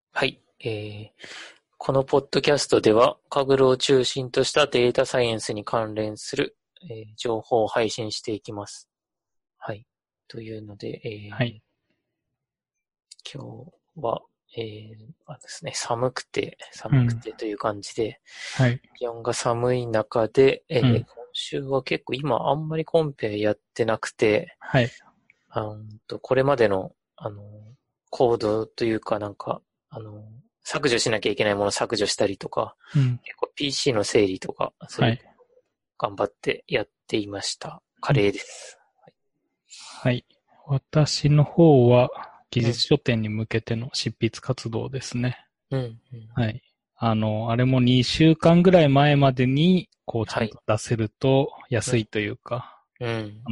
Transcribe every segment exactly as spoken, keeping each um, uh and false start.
はい。えー、このポッドキャストでは、カグルを中心としたデータサイエンスに関連する、えー情報を配信していきます。はい。というので、 はい。 えー今日は、えーあですね、寒くて、寒くうん。 てという感じで、 はい。 気温が寒い中で、えーうん。 今週は結構今あんまりコンペやってなくて、 はい。 あのとこれまでの、あの、コードというかなんか、あの、削除しなきゃいけないものを削除したりとか、 うん。 結構 ピーシー の整理とか、そういうはい。 頑張ってやっていました。カうん。 レーです。 はい。私の方は、技うん、 術書店に向けての執筆活動ですね。 うん、うん。 はい。あの、あれもにしゅうかんぐらい前までに、こう、ちゃはい。 んと出せるとうん、 安いというか、 うん。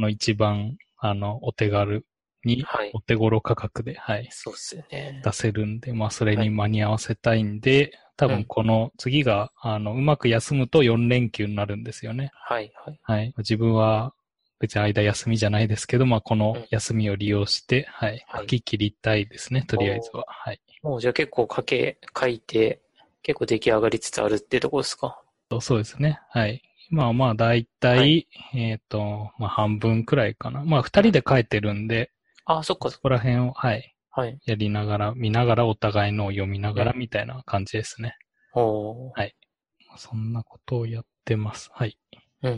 あの、一番、あの、お手軽に、 はい。 お手頃価格で、はい、 そうっすよね。 出せるんで、まあ、それにはい。 間に合わせたいんで、多うん。 分この次が、あの、うまく休むとよん連休になるんですよね。 はい、はい。 はい。自分は別に間休みじゃないですけど、まあ、このうん。 休みを利用して、はい。書はい。 き切りたいですね、とりあえおー、 ずは。はい。 もうじゃあ結構書け、書いて、結構出来上がりつつあるってとこですか？ とそうですね。はい。今はまあ、だいたはい。 い、えっと、まあ、半分くらいかな。まあ、二うん。 人で書いてるんで、 あ、そっか。 そこら辺を、はい。 はい。 やりながら、見ながら、お互いのを読みなうん。 がらみたいな感じですね。 おー。 はい。そんなことをやってます。はい。 うん、うん。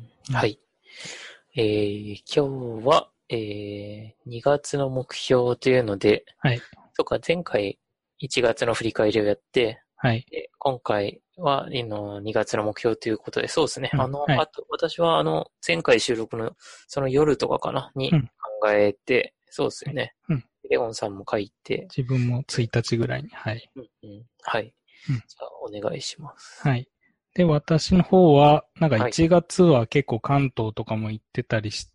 うん。 はい。えー、今日は、えー、にがつの目標というので、 はい。 そっか、前回いちがつの振り返りをやって、 はい。 で今回は、あの、にがつの目標ということで、そうですね。 うん。 あの、 はい。 あと、私は、あの、前回収録の、その夜とかかな、にうん。 考えて、そうですはい。 よね。 うん。 レオンさんも書いて、 自分も1 で日ぐらいに、はい。 うんうん、はい。 うん。 じゃあ、お願いします。 はい。で、私の方は、なんかはい。 いちがつは結構関東とかも行ってたりして、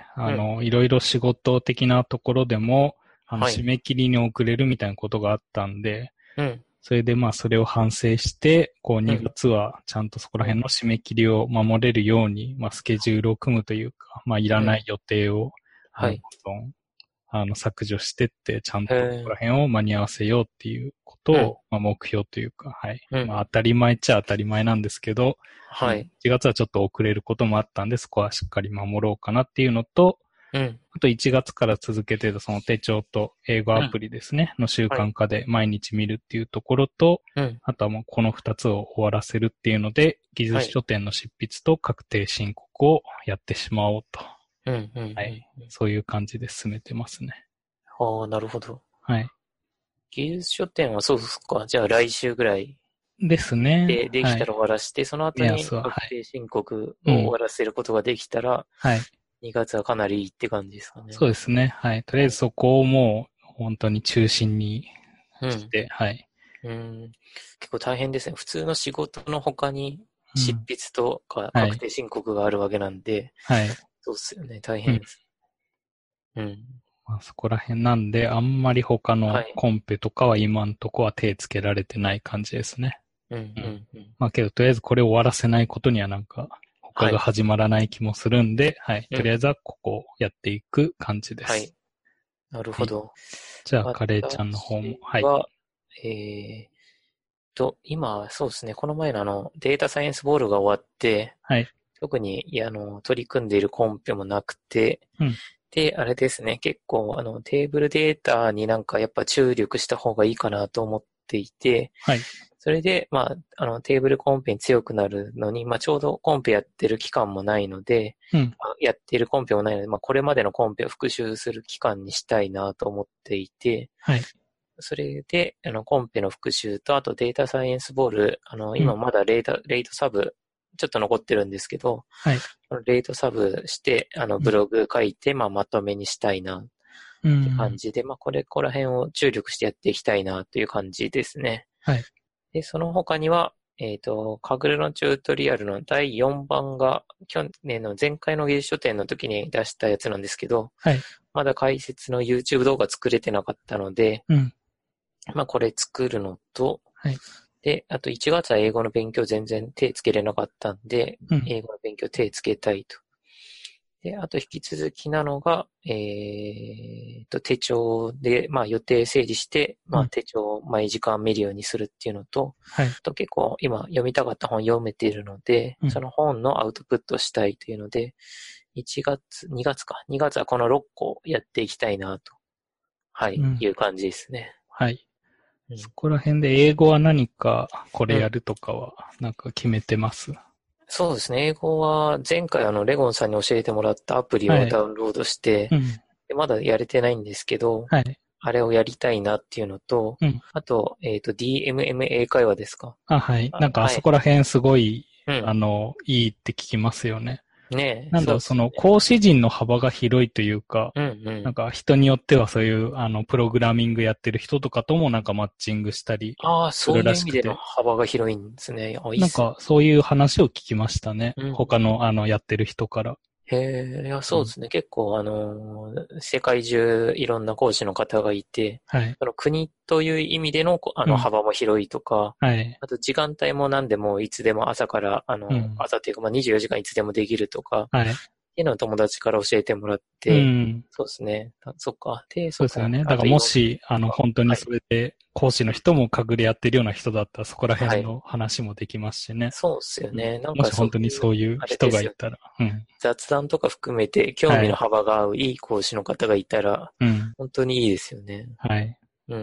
あうん。 の、いろいろ仕事的なところでも、あの、 はい。 締め切りに遅れるみたいなことがあったんで、 うん。 それでまあそれを反省して、こう2 うん。 月はちゃんとそこらうん。 辺の締め切りを守れるように、まあスケジュールを組むというか、まあいらうん。 ない予定を、あの、 はい。 どんどんあの、削除してって、ちゃんへとここらえ。 辺を間に合わせようっていうことうん。 を、まあ、目標というか、はい。 うん。 まあ、当たり前っちゃ当たり前なんですけど、うん。 はい。 いちがつはちょっと遅れることもあったんで、そこはしっかり守ろうかなっていうのと、 うん。 あといちがつから続けてたその手帳と英語うん。 アプリですね、の習はい。 慣化で毎日見るっていうところと、 うん。 あとはもうこのふたつを終わらせるっていうので、技はい。 術書店の執筆と確定申告をやってしまおうと。 うん。うん。 はい。 うん。 そういう感じで進めてますね。 ああ、なるほど。 はい。 技術書店はそうですか。じゃあ来週ぐらいですね。 でできたら終はい。 わらして、その後目安は、 に確はい。 定申告うん。 を終わらせることができたら、 はい。 にがつはかなりいいって感じですかね。 そうですね。はい。とりあえずそこをもう本当に中心にうん。 して、はい。 うん。結構大変ですね。普通の仕事の他に執うん。 筆とかはい。 確定申告があるわけなんで、 はい。 そうっすよね。大うん。 変です。うん。 まあ、そこら辺なんで、あんまり他のはい。 コンペとかは今んとこは手つけられてない感じですね。 うん、 うん。 うん、うん。 まあけど、とりあえずこれを終わらせないことにはなんか、他がはい。 始まらない気もするんで、はい。 うん。 とりあえずはここをやっていく感じではい。 す。 なるはい。 ほど。 じゃあ、カレーちゃんの方も、 私はい。 は、えーと、今、そうですね。この前のあの、データサイエンスボールが終わって、 はい。 特に、いや、あの、取り組んでいるコンペもなくて、 うん。 で、あれですね。結構、あの、テーブルデータになんかやっぱ注力した方がいいかなと思っていて、 はい。 それで、まあ、あの、テーブルコンペに強くなるのに、まあ、ちょうどコンペやってる期間もないので、 うん。 あやっているコンペもないので、まあ、これまでのコンペを復習する期間にしたいなと思っていて、 はい。 それで、あの、コンペの復習と、あとデータサイエンスボール、あの、 うん。 今まだレータ、レイトサブ、ちょっと残ってるんですけど、 はい。 レイトサブして、あの、 うん。 ブログ書いて、まあ、まとめにしたいなって感うん。 じで、まあ、これ、ここら辺を注力してやっていきたいなという感じですね。 はい。 で、その他には、えっと、カグルのチュートリアルのだいよんばんが、去年の前回の芸術書店の時に出したやつなんですけど、 はい。 まだ解説の YouTube 動画作れてなかったので、 うん。 まあ、これ作るのと、 はい。 で、あといちがつは英語の勉強全然手つけれなかったんで、 うん。 英語の勉強手つけたいと。 で、あと引き続きなのが、えーと、手帳で、まあ予定整理して、まうんあ手帳を毎時間見るようにするっていうのと、 はい。 あと結構今読みたかった本読めているので、 うんその本のアウトプットしたいというので、いちがつ、にがつか。にがつはこのろっこやっていきたいなと、はい、 うんいう感じですね。 はい。 うん。 そこら辺で英語は何かこれうんやるとかは、なんか決めてます？ そうですね。英語は前回あの、レゴンさんに教えてもらったアプリはい。 をダウンロードして、 うん。 でまだやれてないんですけど、 はい。 あれをやりたいなっていうのと、 うん。 あと、えっと、ディーエムエム 英会話ですか？ あ、はい。 あ、 なんかあはい。 そこら辺すごい、 うん。 あの、いいって聞きますよね。 ねえ、 なんだろう、そのそうですよね。 講師陣の幅が広いというか、 うんうん。 なんか人によってはそういう、あの、プログラミングやってる人とかともなんかマッチングしたりああ、 するそういう意味でのらしくて、 幅が広いんですね。あ、いいっすね。 なんかそういう話を聞きましたね。 うん。 他の、あの、やってる人から。 へえ、いや、 うん。 そうですね。結構、あのー世界中いろんな講師の方がいて、 はい。 その国という意味での、こあの、 うん。 幅も広いとか、 はい。 あと時間帯も何でもいつでも朝から、あの、 うん。 朝っていうか、まあ、にじゅうよじかんいつでもできるとか、 はい。 っていうのを友達から教えてもらっうて、 ん。 そうですね。あそっか。で、そっか。 そうですよね。だからあと今、 もし、あの、 とか。 本当にはい。 それで講師の人もかぐれやってるような人だったらそこらはい。 辺の話もできますしね。 そうですようん。 ね。なんもしかそういう、 本当にそういうあれ人ですよね。 がいたら。うん。 雑談とか含めて興味のはい。 幅が合ういい講師の方がいたら、 うん。 本当にいいですよね。 はい。 うん。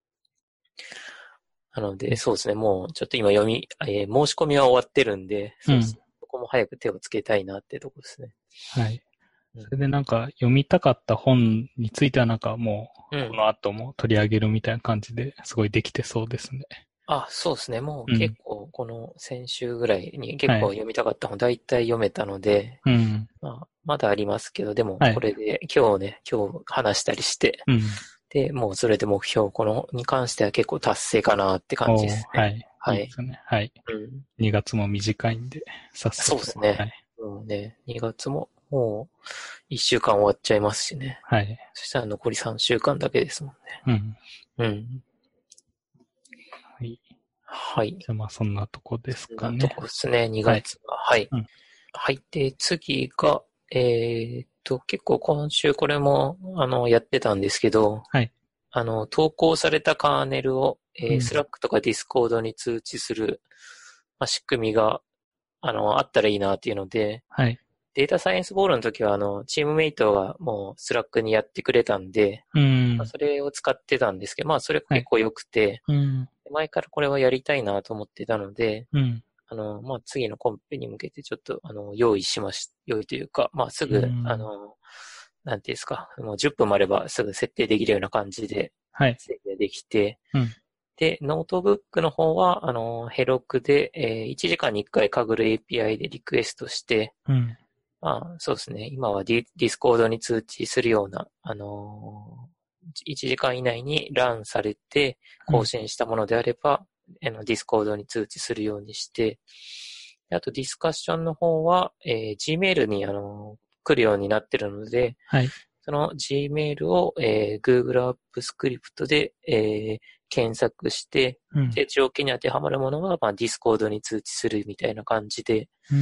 なので、 うん。 そうですね。もうちょっと今読み、えー申し込みは終わってるんで、 うん。 そうですね。そこも早く手をつけたいなってとこですね。 はい。 うん。 それでなんか読みたかった本についてはなんかもううん。 この後も取り上げるみたいな感じですごいできてそうですね。 あ、そうですね。もううん。 結構、この先週ぐらいに結はい。 構読みたかった本大体読めたので、 うん。 まあ、まだありますけど、でもはい。 これで今日ね、今日話したりして、 うん。 で、もうそれで目標、このに関しては結構達成かなって感じでおー、 すね。 はい。いはい。 いですね。はい。 うん。 にがつも短いんで、さっさそうでと。 すね。 はい。 もうね、にがつももういっしゅうかん終わっちゃいますしね。 はい。 そしたら残りさんしゅうかんだけですもんうん。 ね。うん。 はい。 はい。 じゃあまあそんなとこですそんなとかね。 こですね、2 はい。 月は。はい。 うん。 はい。で、次が、えーっと、結構今週これも、あの、やってたんですけど、 はい。 あの、投稿されたカーネルを、えー、 うん。 スラックとかディスコードに通知する、まあ、仕組みが、あの、あったらいいなっていうので、 はい。 データサイエンスボールの時は、あの、チームメイトがもうスラックにやってくれたんで、 うまあ、 ん。 それを使ってたんですけど、まあ、それはい。 結構良くて、 うん。 前からこれはやりたいなと思ってたので、 うん。 あの、まあ、次のコンペに向けてちょっと、あの、用意しまし、用意というか、まあ、すうぐ、あん。 の、なんていうんですか、もうじゅっぷんもあればすぐ設定できるような感じではい。 設定できて、 うん。 で、ノートブックの方は、あの、ヘロクで、えー、いちじかんにいっかいかぐる エーピーアイ でリクエストして、 うん。 まあ、そうですね。今はディ、ディスコードに通知するような、あのー、いちじかん以内にランされてうん。 更新したものであれば、あの、ディスコードに通知するようにして、あとディスカッションの方は、えー、Gmail に、あのー来るようになってるので、 はい。 その Gmail を、えー、Google App Script で、えー、検索して、 うん。 で、条件に当てはまるものは、まあ、Discord に通知するみたいな感じで、 うん。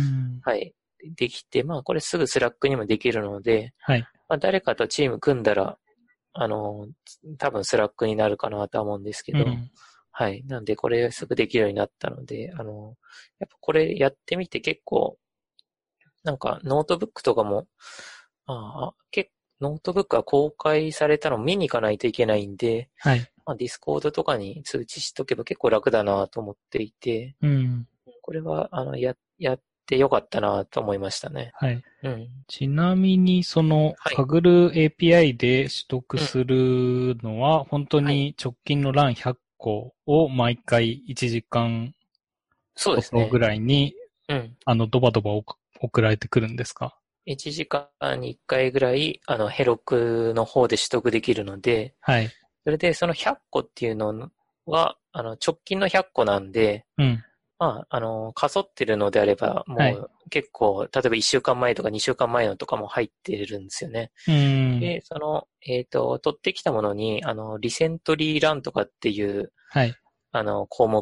はい、できて、まあ、これすぐ Slack にもできるので、 はい。 まあ、誰かとチーム組んだら、あの、多分 Slack になるかなとは思うんですけど、 うん。 はい。なんで、これすぐできるようになったので、あの、やっぱこれやってみて結構、なんか、ノートブックとかも、ああ、けノートブックは公開されたのを見に行かないといけないんで、 はい。 まあ、ディスコードとかに通知しとけば結構楽だなと思っていて、 うん。 これは、あの、や、やってよかったなと思いましたね。 はい。 うん。 ちなみに、その、 はい。 かぐる エーピーアイ で取得うん。 するのは、本当はい。 に直近のランひゃっこを毎回いちじかんごとぐそうですね。 らいに、 うん。 あの、ドバドバ送送られてくるんですか？ いちじかんにいっかいぐらい、あの、ヘロクの方で取得できるので、 はい。 それでそのひゃっこっていうのは、あの、直近のひゃっこなんで、 うん。 まあ、あの、かそってるのであれば、 はい。 もう結構、例えばいっしゅうかんまえとかにしゅうかんまえのとかも入ってるんですよね。 うーん。 で、その、えっと、取ってきたものに、あの、リセントリーランとかっていう、 はい。 あの、項目があっ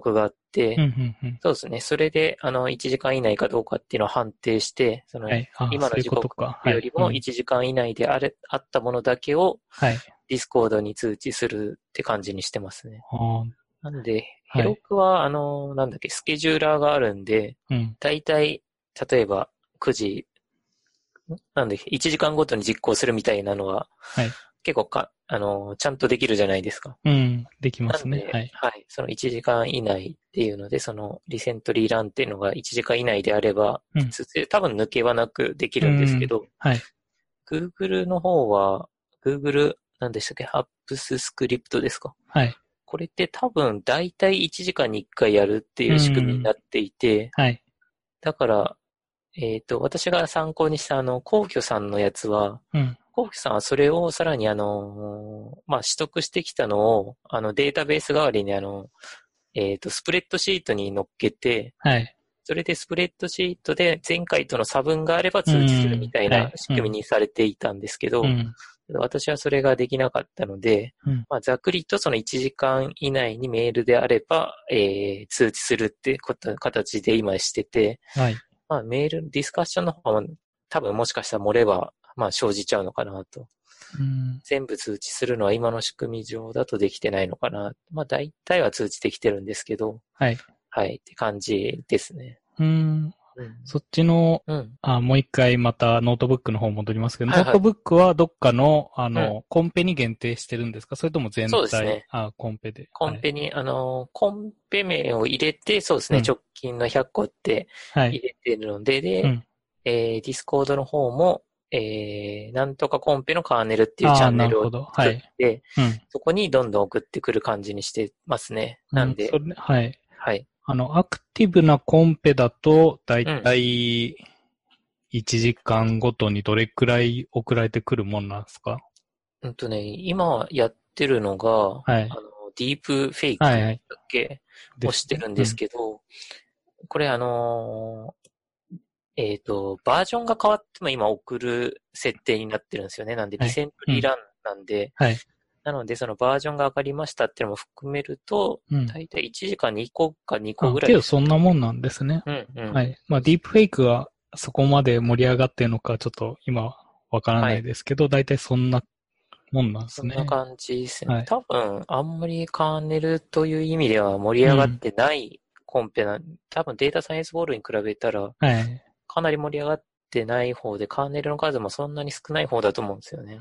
て、 うんうんうん。 そうですね。それで、あの、いちじかん以内かどうかっていうのを判定して、その、 はい。あ、 今そういうの時刻ことか。はい。うよりもん。 いちじかん以内であれ、あったものだけを、 はい。 ディスコードに通知するって感じにしてますね。 あー、 なんで、ヘはい。 ロクは、あの、なんだっけ、スケジューラーがあるんで、 うん。 だいたい、例えば、くじ、なんで、いちじかんごとに実行するみたいなのは、 はい。 結構か、あの、ちゃんとできるじゃないですか。 うん。できますね。はなんで、 い。 はい、そのいちじかん以内っていうので、そのリセントリーランっていうのがいちじかん以内であれば、 うん。 普通で多分抜けはなくできうるんですけん。 ど、 はい。 Google の方は、Google、なんでしたっけ、アップススクリプトですか。 はい。 これって多分大体いちじかんにいっかいやるってういう仕組みになん。 っていて、 はい。 だから、えっと、私が参考にしたあの、皇居さんのやつは、 うん。 皇居さんはそれをさらにあの、まあ、取得してきたのを、あの、データベース代わりにあの、えっと、スプレッドシートに乗っけて、 はい。 それでスプレッドシートで前回との差分があればう通知するみん。 たいはい。 な仕うん。 組みにされていたんですけど、 うん。 私はそれができなかったので、 うん。 まあ、ざっくりとそのいちじかん以内にメールであれば、えー、通知するってこと形で今してて、 はい。 まあ、メール、ディスカッションの方は多分もしかしたら漏れは、まあ、生じちゃうのかなと。 うん。 全部通知するのは今の仕組み上だとできてないのかな。まあ、大体は通知できてるんですけど、 はい。 はい、って感じですね。 うん。 うん。 そっちの、 うん。 あ、もう一回またノートブックの方戻りますけど、 はいはい。 ノートブックはどっかの、あうん。 の、コンペに限定してるんですか？それとも全体、 そうですね。 あ、コンペで。はい。 コンペに、あの、コンペ名を入れて、そうですね、 うん。 直近のひゃっこってはい。 入れてるので、で、 うん。 えー、ディスコードの方も、えー、なんとかコンペのカーネルっていうチああ、 ャンネルをなるほど。は作っい。 て、 うん。 そこにどんどん送ってくる感じにしてますね。 うん。 なんで、 それ、はい。 はい。 あの、アクティブなコンペだと、だいうん。 たいいちじかんごとにどれくらい送られてくるもんなんですか？ うんとね、今やってるのが、 はい。 あの、ディープフェイクはいはい。 だっけをですね。 してるんですうん。 けど、これあのえっと、バージョンが変わっても今送る設定になってるんですよね。なんで、リはい。 セントうん。 リーランなんで、 はい。 なので、そのバージョンが上がりましたっていうのも含めると、 うん。 だいたいいちじかんにいっこかにこあ、 ぐらいけどですかね。 そんなもんなんですね。 うん、うん。 はい。まあ、 そうです。 ディープフェイクはそこまで盛り上がってるのかちょっと今わからないはい。 ですけど、だいたいそんなもんなんでそんなすね。 感じですね。 はい。 多分、あんまりカーネルという意味では盛り上がっうん。 てないコンペな、多分データサイエンスボールに比べたら、 はい。 かなり盛り上がってない方で、カーネルの数もそんなに少ない方だと思うんですよね。 うん。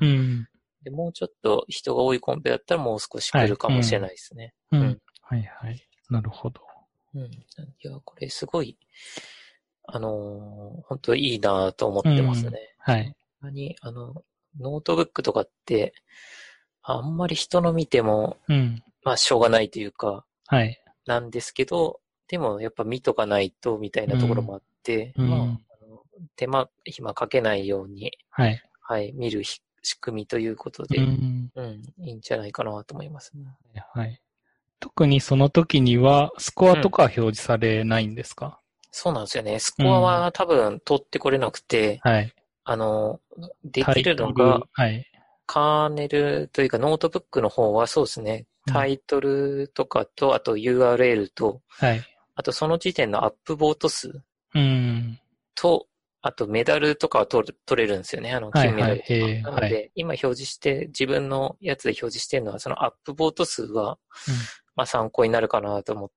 で、もうちょっと人が多いコンペだったらもう少し来るはい。 かもしれなうん。 いですね。 うん。 うん。 はいはい。なるほど。 うん。いや、これすごい、あのー本当いいなと思ってますね。 うん。はそんい。 なに、あの、ノートブックとかって、あんまり人の見ても、 うん。 まあ、しょうがないというか、 はい。 なんですけど、でもやっぱ見とかないとみたいなところうん。 もあって、まあ、 うん。 あの手間暇かけないように、 はい。 はい、見るひ仕組みということうで、 ん。 うん、いいんじゃないかなと思いますね。 はい。特にその時には、スコアうん。 とかは表示されないんですか？ そうなんですよね。スコアうん。 は多分取ってこれなくて、 はい。 あの、でタきイトル、 るのが、 はい。 カーネルというかノートブックの方はそうですね。 うん。 タイトルとかと、あと ユーアールエル と、 はい。 あとその時点のアップボート数うん。 と、あとメダルとかは取る取れるんですよね。あの、金メはいはい。 ダルとか。 へえ、はい。 なので、今表示して、自分のやつで表示してるのは、そのアップボート数は、 うん。 まあ参考になるかなと思って、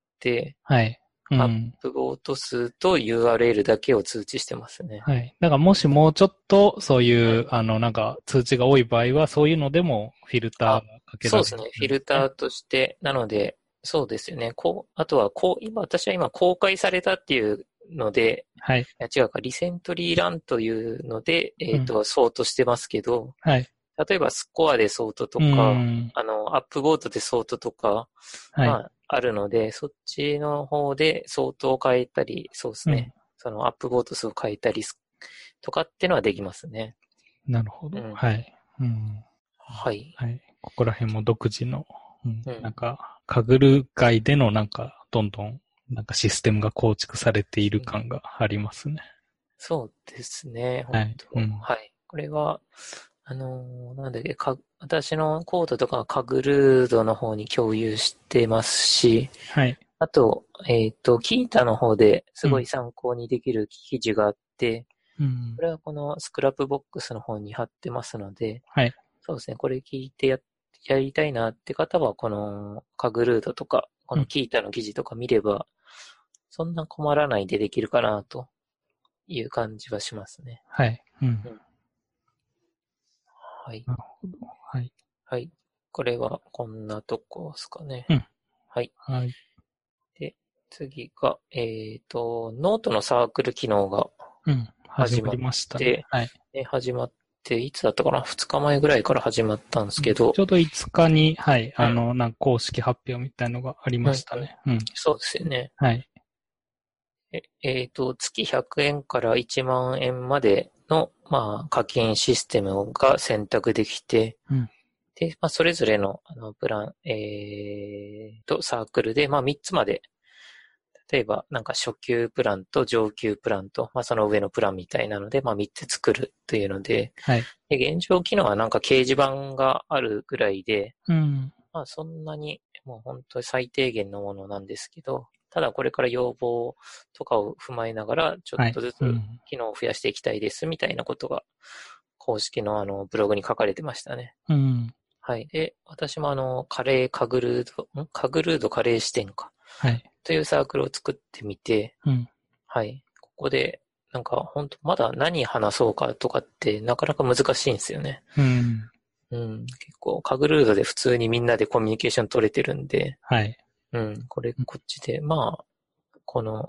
はい。うアッん。 プボート数と ユーアールエル だけを通知してますね。 はい。だからもしもうちょっとそううん。 いう、あの、なんか通知が多い場合は、そういうのでもフィルターあ、 かけられそうですね。フィるんですね。 ルターとして、なので、そうですよね。こう、あとは、こう、今、私は今公開されたっていうので、 はい。 いや違うか、リセントリーランというので、えうん。 っと、ソートしてますけど、 はい。 例えばスコアでソートとうか、 ん。 あの、アップボートでソートとか、 はい。 まあ、あるので、そっちの方でソートを変えたり、そうですうん。 ね。そのアップボート数を変えたりすとかっていうのはできますね。 なるほど。 うん。 はい。うん。 はい。 はい。ここら辺も独自の、うん。 うん。 なんか、カグル界でのなんか、どんどん、なんかシステムが構築されているうん、 感がありますね。 そうですね。本はい。う当ん。 はい。これは、あのーなんだっけ、か、私のコードとかはカグルードの方に共有してますし、 はい。 あと、えっと、キータの方ですごい参考にできる記事があって、 うん。 これはこのスクラップボックスの方に貼ってますので、 はい。 そうですね、これ聞いてや、やりたいなって方は、このカグルードとか、このキータの記事とか見れば、そんな困らないでできるかなという感じはしますね。 はい。うん。 うん、はい。 なるほど。はい。 はい。これはこんなとこですかね。 うん。 はい。 はい。 で、次が、えっと、ノートのサークル機能がうん。始始まっまりましたね。 て、 はい。 ね、始まって、いつだったかな？ ふつ 日前ぐらいから始まったんですけど、 ちょうどいつかに、はい、 うん、 あの、なんか公式発表みたいのがありうん、うん。 ましたね。うん。 そうですよね。 はい。 え、えっと、月ひゃくえんからいちまん円までの、まあ、課金システムが選択できて、 うん。 で、まあ、それぞれの、あの、プラン、えーと、サークルで、まあ、みっつまで、例えば、なんか初級プランと上級プランと、まあ、その上のプランみたいなので、まあ、みっつ作るというので、 はい。 で、現状機能はなんか掲示板があるぐらいで、 うん。 まあ、そんなに、もう本当に最低限のものなんですけど、ただこれから要望とかを踏まえながら、ちょっはい。 とずつうん。 機能を増やしていきたいですみたいなことが、公式のあの、ブログに書かれてましたね。 うん。 はい。で、私もあの、カレーカグルード、んカグルードカレー視点か。 はい。 というサークルを作ってみて、 うん。 はい。ここで、なんか本当まだ何話そうかとかってなかなか難しいんですよね。 うん。 うん。結構、カグルードで普通にみんなでコミュニケーション取れてるんで、 はい。 うん。これ、こっちで、まあ、この、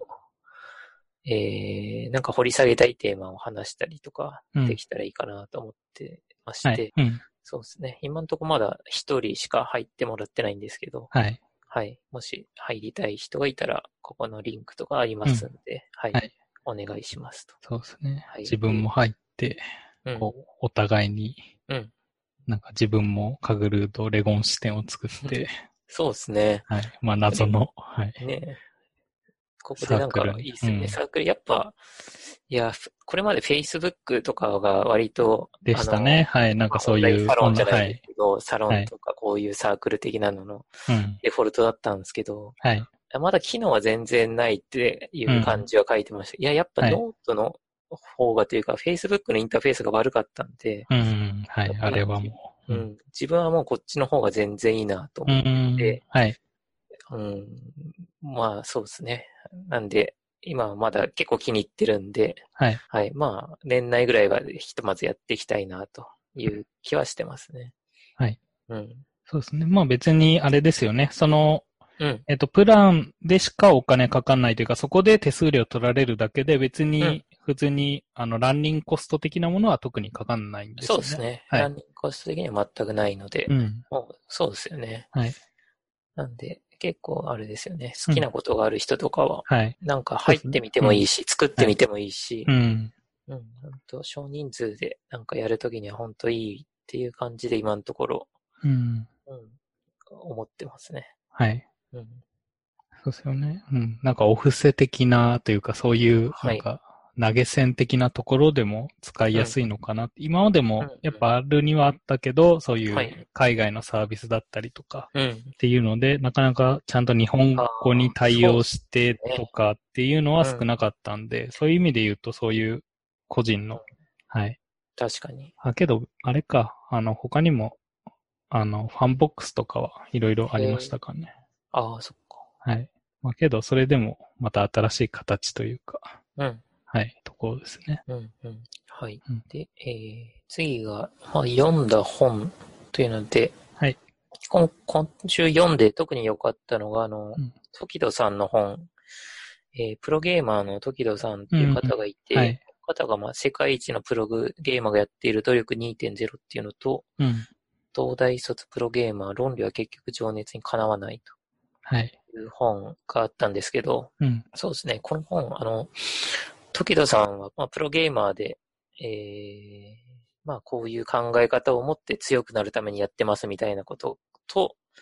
えー、なんか掘り下げたいテーマを話したりとかうん。 できたらいいかなと思ってましはい。 て、 うん。 そうですね。今んとこまだ一人しか入ってもらってないんですけど、 はい。 はい。もし入りたい人がいたら、ここのリンクとかありまうん。 すんで、はい。 はい。 お願いしますと。 そうですね。 はい。 自分で、 も入って、 うん。 こう、お互いに、 うん。 なんか自分もカグルーとレゴン視点を作って、 そうですね。 はい。まあ、謎の、はい。 ね。ここでなんかサークルに。 いいっすよね。 うん。 サークル、やっぱ、いや、これまで Facebook とかが割と、 であの、 したね。はい。なんかまあ、オンラインそういう、 サロンじゃないオンラはい。 ですけど、サロはい。 ンとかこういうサークル的なののうん。 デフォルトだったんですけど、 はい。 まだ機能は全然ないっていううん。 感じは書いてました。いや、やっぱはい。 ノートの方がというか、Facebook のインターフェースが悪かったんで、 うん。はい。 だからじ、 あれはもう。うん。 うん、自分はもうこっちの方が全然いいなとう思ってん。 て、 はい。 うん、まあそうですね。なんで、今はまだ結構気に入ってるんで、 はい。 はい。まあ、年内ぐらいはひとまずやっていきたいなという気はしてますね。 はい。 うん。 そうですね。まあ別にあれですよね。その、 うん。 えっと、プランでしかお金かかんないというか、そこで手数料取られるだけで別うん。 に普通に、あの、ランニングコスト的なものは特にかかんないんですよね。 そうですね。 はい。 ランニングコスト的には全くないので、 うん。 もう、そうですよね。 はい。 なんで、結構あれですよね。好うん。 きなことがある人とかは、 はい。 なんかそうですね。 入ってみてうん。 もいいし、作っはい。 てみてもいいし、 うん。 うん。本当少人数でなんかやるときには本当いいっていう感じで今のところ、 うん。 うん、思ってますね。 はい。 うん。 そうですよね。うん。なんかお布施的なというか、そういう、なはい。 んか、投げ銭的なところでも使いうん。 やすいのかな。今までうん。 もやっうん。 ぱあるにはあったけど、そういうはい。 海外のサービスだったりとかうん。 っていうので、なかなかちゃんと日本あ語にあ、 対応そうっすしてとね。 かっていうのはうん。 少なかったんで、そういう意味で言うとそういう個人の、はい。 確かに。 あ、けど、あれか、あの、他にも、あの、ファンボックスとかはいろいろありましへえ。 たかね。 ああ、そっか。 はい。まあけど、それでもまた新しい形というか、 うん。 はい、ところですね。 うん。うん。はい。 うん。 で、えー、次が、まあ、読んだ本というので、 はい。 今今週読んで特に良かったのが、あの、 うん。 時戸さんの本、えープロゲーマーの時戸さんっていううん。 方がいて、 はい。 この方がまあ世界一のプログゲーマーがやっている努力にてんゼロっていうのと、 うん。 東大卒プロゲーマー論理は結局情熱にかなわないはい。 という本があったんですけど、 うん。 そうですね、この本、あの、時戸さんはまあプロゲーマーで、えー、まあこういう考え方を持って強くなるためにやってますみたいなことと、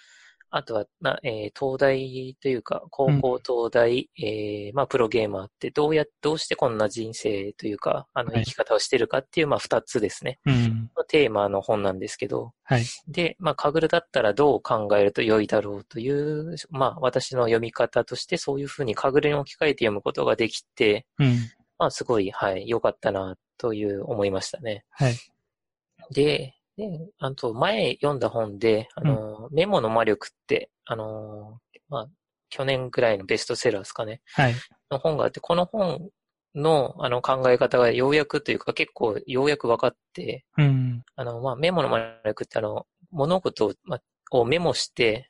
あとは、な、えー東大というか、高校、東大、えーまあ、プロゲーマーってどうや、どうしてこんな人生というか、あの、 はい。 生き方をしてるかっていう、まあ、二つですね。 うん。 テーマの本なんですけど、 はい。 で、まあ、カグルだったらどう考えると良いだろうという、まあ、私の読み方としてそういうふうにカグルに置き換えて読むことができて、 うん。 まあ、すごい、はい、良かったな、という思いましたね。 はい。 で、で、あと、前読んだ本で、あうん。 の、メモの魔力って、あの、まあ、去年くらいのベストセラーですかね、 はい。 の本があって、この本の、あの、考え方がようやくというか、結構、ようやく分かって、 うん。 あの、まあ、メモの魔力って、あの、物事を、まあ、をメモして、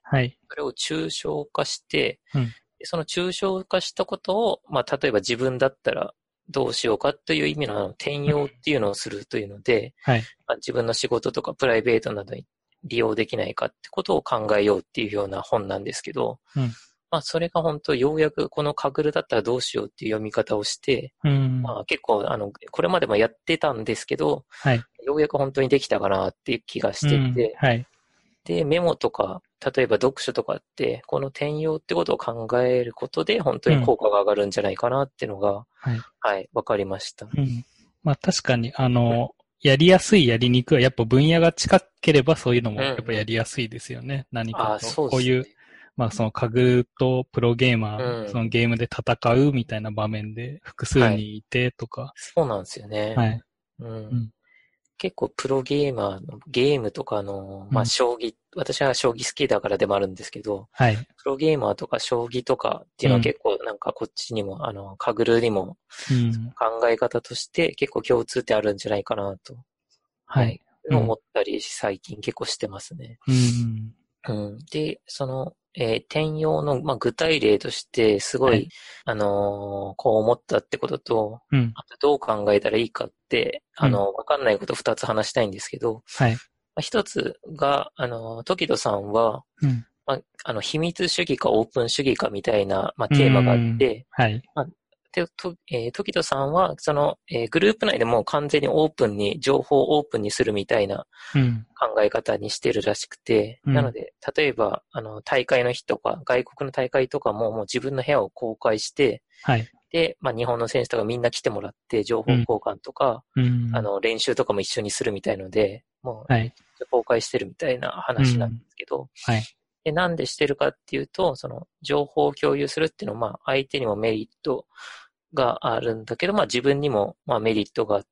はい。 それを抽象化して、 うん。 でその抽象化したことを、まあ、例えば自分だったらどうしようかという意味のあの転用っていうのをするというので、 はい。 まあ、自分の仕事とかプライベートなどに利用できないかってことを考えようっていうような本なんですけど、 うん。 まあ、それが本当ようやくこのカグルだったらどうしようっていう読み方をして、 うん。 まあ、結構あの、これまでもやってたんですけど、 はい。 ようやく本当にできたかなっていう気がしうん。 てて、 はい。 で、メモとか、例えば読書とかって、この転用ってことを考えることで、本当うん。 に効果が上がるんじゃないかなっていうのが、 はい。 はい、わかりました。 うん。まあ確かに、あの、やりやすい、やりにくいは、やっぱ分野が近ければそういうのもうん、 やっぱやうん。 りやすいですよね。何かああ、 と。 そうでこういう、 すね。 まあその家具とプロゲーマうー、そのん。 ゲームで戦うみたいな場面で複数はい。 人いてとか。 そうなんですよね。 はい。 うん。 うん。 結構プロゲーマーのゲームとかの、まあ、 うん。 将棋、私は将棋好きだからでもあるんですけど、 はい。 プロゲーマーとか将棋とかっていうのはうん。 結構なんかこっちにも、あの、カグルにもうん。 考え方として結構共通点あるんじゃないかなと、 はい。 はい、 うん。 思ったり最近結構してますね。 うん。 うん。で、その、えー転用の、まあ、具体例として、すごい、 はい。 あのーこう思ったってことと、 うん。 あとどう考えたらいいかって、 うん。 あの、わかんないこと二つ話したいんですけど、 はい。 まあ、一つが、あの、時戸さんは、 うん。 まあ、あの、秘密主義かオープン主義かみたいな、まあ、 うーテーマがあっん。 て、 はい。 まあ、で、と、えー、時戸さんは、その、えーグループ内でもう完全にオープンに、情報をオープンにするみたいなうん。 考え方にしてるらしくて、 うん。 なので、例えば、あの、大会の日とか、外国の大会とかももう自分の部屋を公開して、 はい。 で、まあ、日本の選手とかみんな来てもらって、情うん。 報交換とか、 うん。 あの、練習とかも一緒にするみたいので、もう、 はい。 公開してるみたいな話なんでうん。 すけど、 はい。 で、なんでしてるかっていうと、その、情報を共有するっていうのは、まあ、相手にもメリットがあるんだけど、まあ、自分にも、まあ、メリットがあって、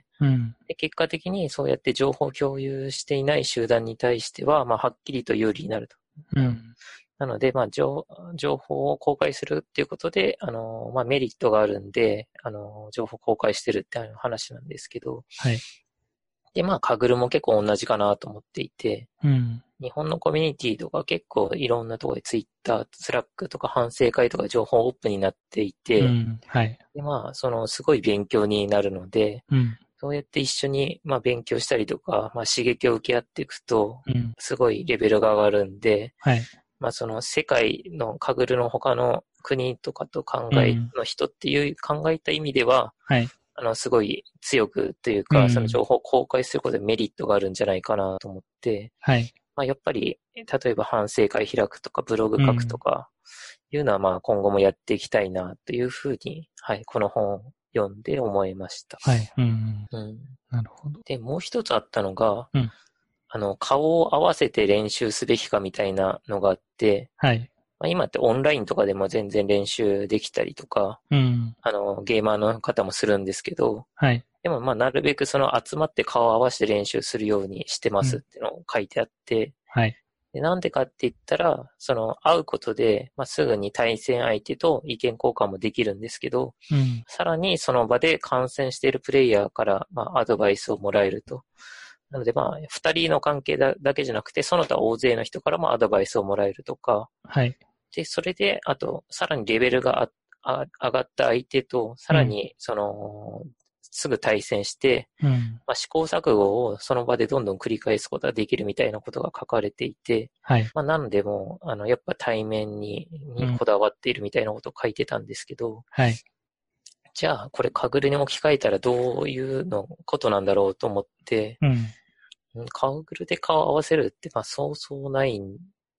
うん。 で、結果的にそうやって情報を共有していない集団に対しては、まあ、はっきりと有利になると。 うん。 なので、まあ、情、情報を公開するっていうことで、あの、まあ、メリットがあるんで、あの、情報公開してるっていう話なんですけど、 はい。 で、まあ、カグルも結構同じかなと思っていて、 うん。 日本のコミュニティとか結構いろんなところでツイッター、スラックとか反省会とか情報オープンになっていて、 うん。はい。 で、まあ、その、すごい勉強になるので、 うん。 そうやって一緒に、まあ、勉強したりとか、まあ、刺激を受け合っていくと、 うん。 すごいレベルが上がるんで、 はい。 まあ、その世界のカグルの他の国とかと考えうん。 の人っていう考えた意味では、 はい。 あの、すごい強くというか、そのうん。 情報を公開することでメリットがあるんじゃないかなと思って、 はい。 まあ、やっぱり、例えば反省会開くとか、ブログ書くとうん。 か、いうのはまあ今後もやっていきたいなというふうに、はい、この本を読んで思いました。 はい。うん。 うん。 なるほど。 で、もう一つあったのが、 うん。 あの、顔を合わせて練習すべきかみたいなのがあって、 はい。 まあ、今ってオンラインとかでも全然練習できたりとか、 うん。 あの、ゲーマーの方もするんですけど、 はい。 でもまあなるべくその集まって顔を合わせて練習するようにしてまうん。 すっていうのを書いてあって、 はい。 で、なんでかって言ったら、その会うことで、まあ、すぐに対戦相手と意見交換もできるんですけど、 うん。 さらにその場で観戦しているプレイヤーから、まあ、アドバイスをもらえると。なのでまあ、二人の関係だだけじゃなくて、その他大勢の人からもアドバイスをもらえるとか、 はい。 で、それで、あと、さらにレベルがああ上がった相手と、さうん。 らに、その、すぐ対戦して、 うん。 まあ、試行錯誤をその場でどんどん繰り返すことができるみたいなことが書かれていて、 はい。 まあ、なんでも、あの、やっぱ対面に、 うん。 にこだわっているみたいなことを書いてたんですけど、 はい。 じゃあ、これ、カグルに置き換えたらどういうのことなんだろうと思って、 うん。 うんカグルで顔を合わせるって、まあ、そうそうないん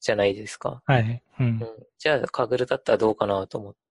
じゃないですか。 はい。うん。うん、 じゃあ、カグルだったらどうかなと思って、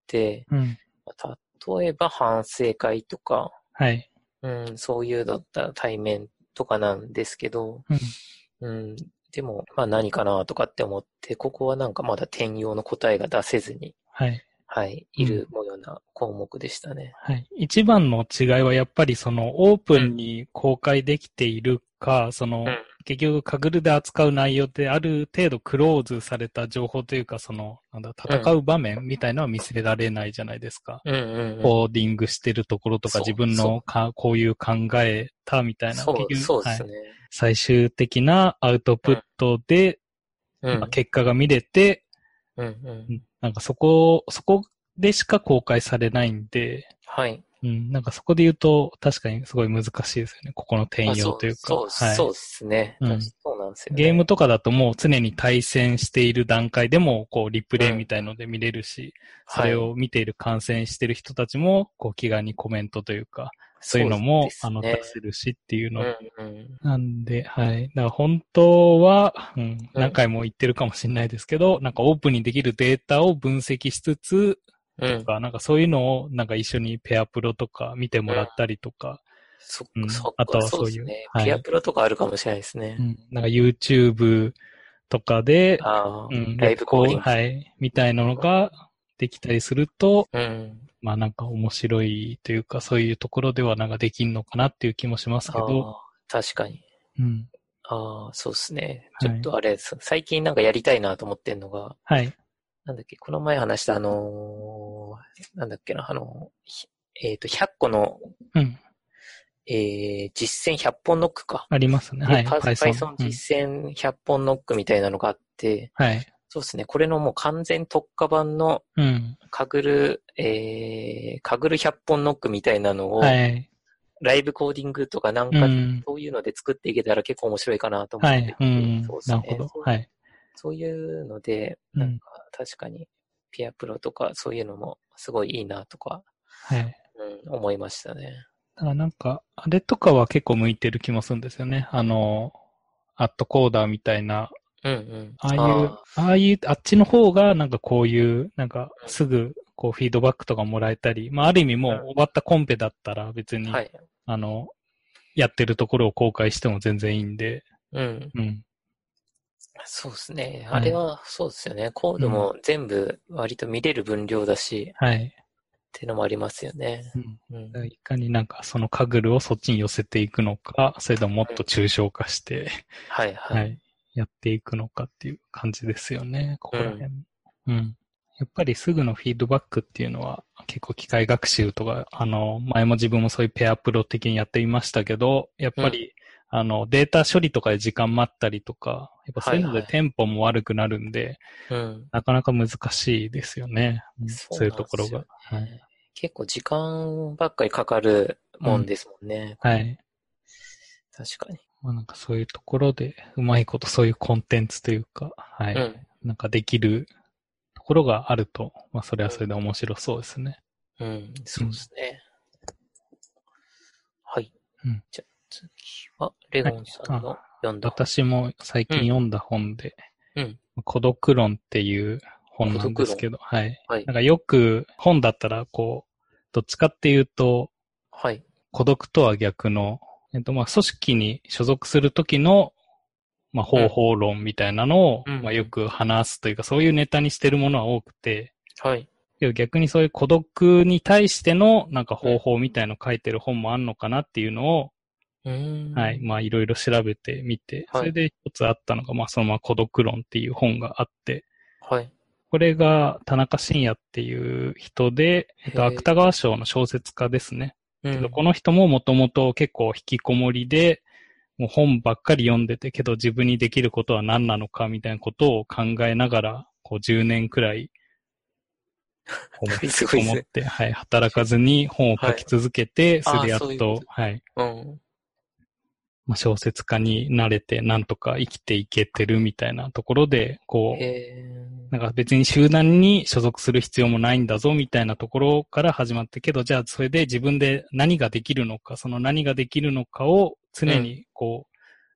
うん、 例えば反省会とか、 はい。 うん、そういうだったら対面とかなんですけど、 うん、 うん、でも、まあ何かなとかって思って、ここはなんかまだ転用の答えが出せずに、 はい。 はい、いうん。 る模様な項目でしたね。 はい。一番の違いはやっぱりそのオープうん、 ンに公開できているか、そうん、 の結局カグルで扱う内容ってある程度クローズされた情報というか、その、なんだ、 うん、 戦う場面みたいのは見せられないじゃないですか。 うん、うん、うん。 コーディングしてるところとか自そう、そう、 分のかこういう考えたみたいな、 そう、 結局、はい。 そうですね。 最終的なアウトプッうん、 トで、まあ、 うん、 結果が見れて、 うん、うん。 うんなんかそこ、そこでしか公開されないんで、 はい。 うん、なんかそこで言うと、確かにすごい難しいですよね。ここの転あ、そう、 用というか。 そう、 はい。 そうですね。確かうん。 そうなんですよゲームね。 とかだともう常に対戦している段階でも、こう、リプレイみうん。 たいので見れるし、そはい。 れを見ている観戦している人たちも、こう、気軽にコメントというか、そういうそうのも、あの、出ですね。 せるしっていうの。 うん、うん。 なんで、はい。だから本当は、うん、 うん、 何回も言ってるかもしれないですけど、なんかオープンにできるデータを分析しつつ、 うん。 とか、なんかそういうのを、なんか一緒にペアプロとか見てもうん。 らったりとか、 そっか、 うん。 そっか、 あとはそういう、 そうですね。 はい。 ピアプロとかあるかもしれないですね。 うん。なんか YouTube とかで、 ああ、 うん、 ライ予備校、 ブコーディング。 はい、みたいなのができたりすると、 うん。 まあなんか面白いというか、そういうところではなんかできんのかなっていう気もしますけど、 ああ、確かに。 うん。 ああ、そうですね。ちょっはい。 とあれです。最近なんかやりたいなと思ってんのが、 はい。 なんだっけ、この前話したあのーなんだっけな、あの、ひえっと、ひゃっこの、 うん。 えー、実践ひゃっぽんノックか。 ありますね。 で、 はい。 パ Python の。 Python うん。 実践ひゃっぽんノックみたいなのがあって、 はい。 そうですね。これのもう完全特化版のうん。 かぐる、えー、かぐるひゃっぽんノックみたいなのを、 はい。 ライブコーディングとかなんか、 うん。 そういうので作っていけたら結構面白いかなと思っはい。 てて、 うん。 そうですね。 なるほど。 そう、 はい。 そういうので、 うん。 なんか確かに、ピアプロとかそういうのもすごいいいなとか、 はい。 うん、思いましたね。 だからなんか、あれとかは結構向いてる気もするんですよね。あの、アットコーダーみたいな、 うんうん。 ああいう、 あああいう、あっちの方がなんかこういう、なんかあ、 すぐこうフィードバックとかもらえたり、まあある意味もううん、うん。 終わったコンペだったら別に、 はい。 あの、やってるところを公開しても全然いいんで、 うん。 うん。 そうですね。あはい。 れはそうですよね。コーうん。 ドも全部割と見れる分量だし、 はい。 っていうのもありますよね。 うん。 うん。 だからいかになんかそのカグルをそっちに寄せていくのか、それとももっうん。 と抽象化して、 はいはい。 はい。やっていくのかっていう感じですよね。こうん。 こら辺。うん。やっぱりすぐのフィードバックっていうのは結構機械学習とか、あの、前も自分もそういうペアプロ的にやってみましたけど、やっうん。 ぱり、あの、データ処理とかで時間待ったりとか、やっぱそういうのではいはい。 テンポも悪くなるんで、 うん。 なかなか難しいですよね。うん、 そうそういうなんですよところが。はい。 ね。結構時間ばっかりかかるうん。 もんですもんね。これ。 はい。 確かに。 まあなんかそういうところで、うまいことそういうコンテンツというか、はい。 うん。 なんかできるところがあると、まあそれはうん。 それで面白そうですね。 うん。そうでうん。 すね。はい。 うん。 じゃあ次は、レはい。 ゴンさんのあ、 読んだ本。 私も最うん。 近読んだ本で、 うん。 孤独論っていう本なんで孤独論。 すけど、はい。 はい。 なんかよく本だったら、こう、どっちかっていうと、 はい。 孤独とは逆の、えっと、まあ、組織に所属するときの、まあ、方うん。 法論みたいなのを、 うん。うまあ、よん。 く話すというか、そういうネタにしてるものは多くて、 はい。 けど逆にそういう孤独に対しての、なんかうん。 方法みたいの書いてる本もあんのかなっていうのを、 うーはい。 ん。 まあ、いろいろ調べてみて、そはい。 れで一つあったのが、まあ、そのまま孤独論っていう本があって、 はい。 これが田中伸也っていう人で、えっと、 へえ。 芥川賞の小説家ですね。けど、こうん。 の人ももともと結構引きこもりで、もう本ばっかり読んでて、けど自分にできることは何なのかみたいなことを考えながら、こうじゅうねんくらい、こうもう引すきごいですね。 こもって、はい、働かずに本を書はい。 き続けて、それああ、 でやっと、 そういうこと。 はい、 うん。 まあ、小説家になれて、なんとか生きていけてるみたいなところで、 へこう、 え。 なんか別に集団に所属する必要もないんだぞみたいなところから始まってけど、じゃあそれで自分で何ができるのか、その何ができるのかを常うん。 にこう、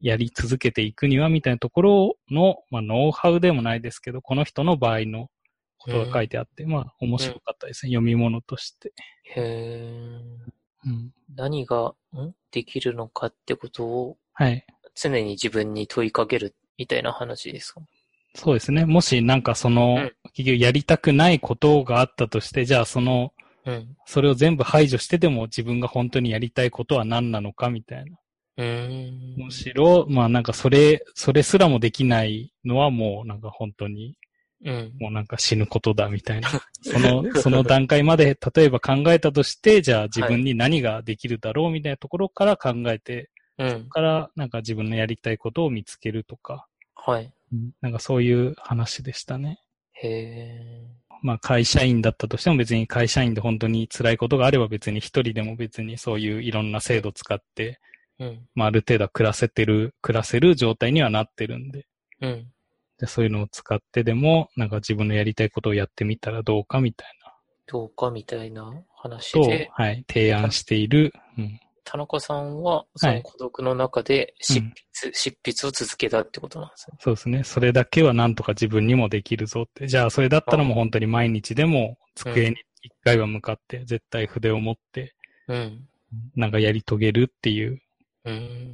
やり続けていくにはみたいなところの、まあ、ノウハウでもないですけど、この人の場合のことが書いてあって、うん、まあ、面白かったですね、うん、読み物として。 へー。 うん、何が、んできるのかってことを、 はい。 常に自分に問いかけるみたいな話ですか？ そうですね。もしなんかその、うん、結局やりたくないことがあったとして、じゃあその、うん、それを全部排除してでも自分が本当にやりたいことは何なのかみたいな。 うーん。 むしろ、まあなんかそれ、それすらもできないのはもうなんか本当に、うん、もうなんか死ぬことだみたいな。その、その段階まで例えば考えたとして、じゃあ自分に何ができるだろうみたいなところから考えて、はい、そこからなんか自分のやりたいことを見つけるとか。はい。なんかそういう話でしたね。へー。まあ会社員だったとしても別に会社員で本当に辛いことがあれば別に一人でも別にそういういろんな制度を使って、うん、まあある程度暮らせてる、暮らせる状態にはなってるんで。うん。でそういうのを使ってでもなんか自分のやりたいことをやってみたらどうかみたいな。 どうかみたいな話で。と、はい、提案している。 うん。田中さんは、その孤独の中で執筆、はい、うん、執筆を続けたってことなんですね。 そうですね。それだけはなんとか自分にもできるぞって。じゃあ、それだったらもう本当に毎日でも机に一回は向かって、絶対筆を持って、うん、なんかやり遂げるっていう。うん、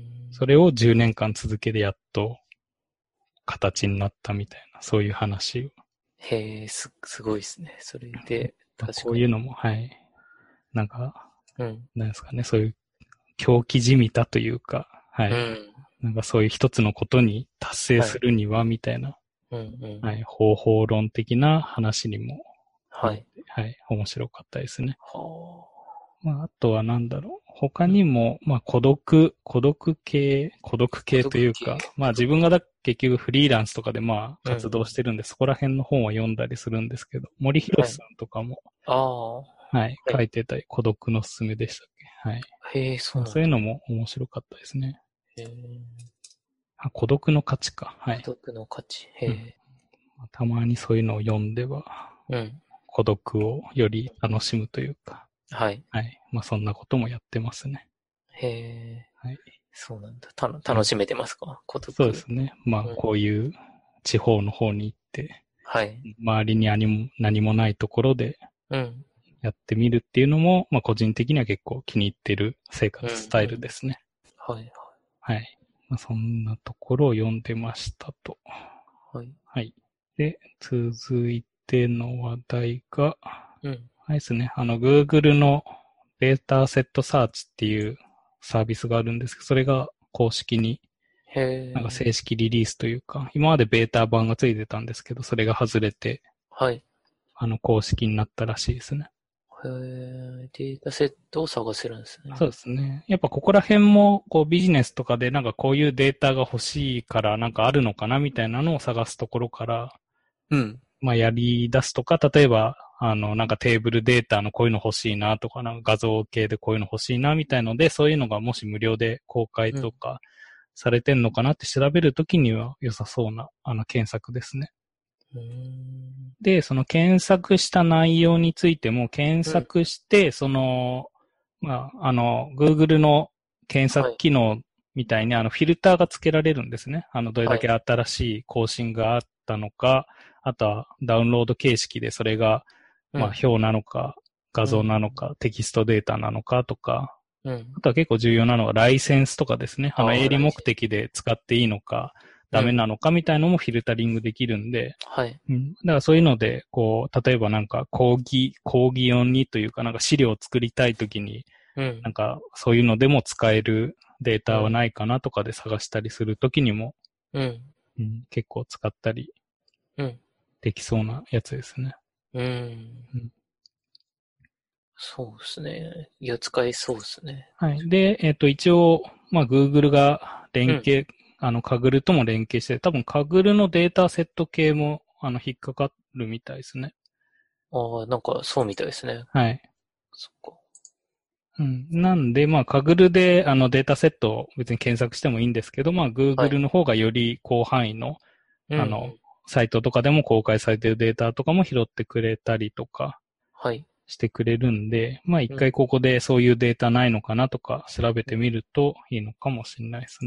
それをじゅうねんかん続けてやっと形になったみたいな、そういう話を。 へえ、す、すごいですね。それで、 確かに。こういうのも、はい。なんか、うん、なんですかね、そういう狂気じみたというか、はい。うん、なんかそういう一つのことに達成するには、みたいな、はい、うんうんはい、方法論的な話にも、はい。はい、面白かったですね。はあ、まあ、あとはなんだろう。他にも、うん、まあ、孤独、孤独系、孤独系というか、まあ自分がだ結局フリーランスとかでまあ活動してるんで、うん、そこら辺の本は読んだりするんですけど、森博さんとかも、はい、ああ。はい、書いてたり、孤独のすすめでしたっけ？はい。 へえ、そうなんだ。 そういうのも面白かったですね。へえ。あ、孤独の価値か。はい。 孤独の価値。へえ、うん。 たまにそういうのを読んでは、うん。孤独をより楽しむというか。はい。はい。まあそんなこともやってますね。 へえ。はい。そうなんだ。た楽しめてますか、うん、孤独。 そうですね。まあこういう地方の方に行って、はい。周りに何も何もないところで、うん。やってみるっていうのも、まあ個人的には結構気に入ってる生活スタイルですね。うんうん、はいはい。はい。まあ、そんなところを読んでましたと。はい。はい。で、続いての話題が、うん。はいですね。あの、Google のデータセットサーチっていうサービスがあるんですけど、それが公式に、なんか正式リリースというか、今までベータ版がついてたんですけど、それが外れて、はい。あの、公式になったらしいですね。 へー、データセットを探せるんですね。 そうですね。やっぱここら辺も、こうビジネスとかでなんかこういうデータが欲しいからなんかあるのかなみたいなのを探すところから、うん。まあやり出すとか、例えば、あの、なんかテーブルデータのこういうの欲しいなとか、なんか画像系でこういうの欲しいなみたいので、そういうのがもし無料で公開とかされてんのかなって調べるときには良さそうな、あの、検索ですね。で、その検索した内容についても検索して、うん、その、まあ、あの、Google の検索機能みたいに、はい、あの、フィルターがつけられるんですね。あの、どれだけ新しい更新があったのか、はい、あとはダウンロード形式でそれが、まあ、表なのか、画像なのか、うん、テキストデータなのかとか、うん、あとは結構重要なのがライセンスとかですね。あの、営利目的で使っていいのか、ダメなのかみたいのもフィルタリングできるんで、はい。うん。だからそういうので、こう、例えばなんか講義、講義用にというかなんか資料を作りたいときに、うん。なんかそういうのでも使えるデータはないかなとかで探したりするときにも、うん。うん。結構使ったり、うん。できそうなやつですね。うん。うん、 そうですね。いや、使えそうですね。 はい。で、えっと、一応、まあ、Google が連携、うんあの、カグルとも連携して、多分カグルのデータセット系も、あの、引っかかるみたいですね。 ああ、なんかそうみたいですね。 はい。そっか。うん。なんで、まあ、カグルで、あの、データセットを別に検索してもいいんですけど、まあ、Google の方がより広範囲の、はい、あの、うん、サイトとかでも公開されているデータとかも拾ってくれたりとか、はい。してくれるんで、まあ、一回ここでそういうデータないのかなとか調べてみるといいのかもしれないですね。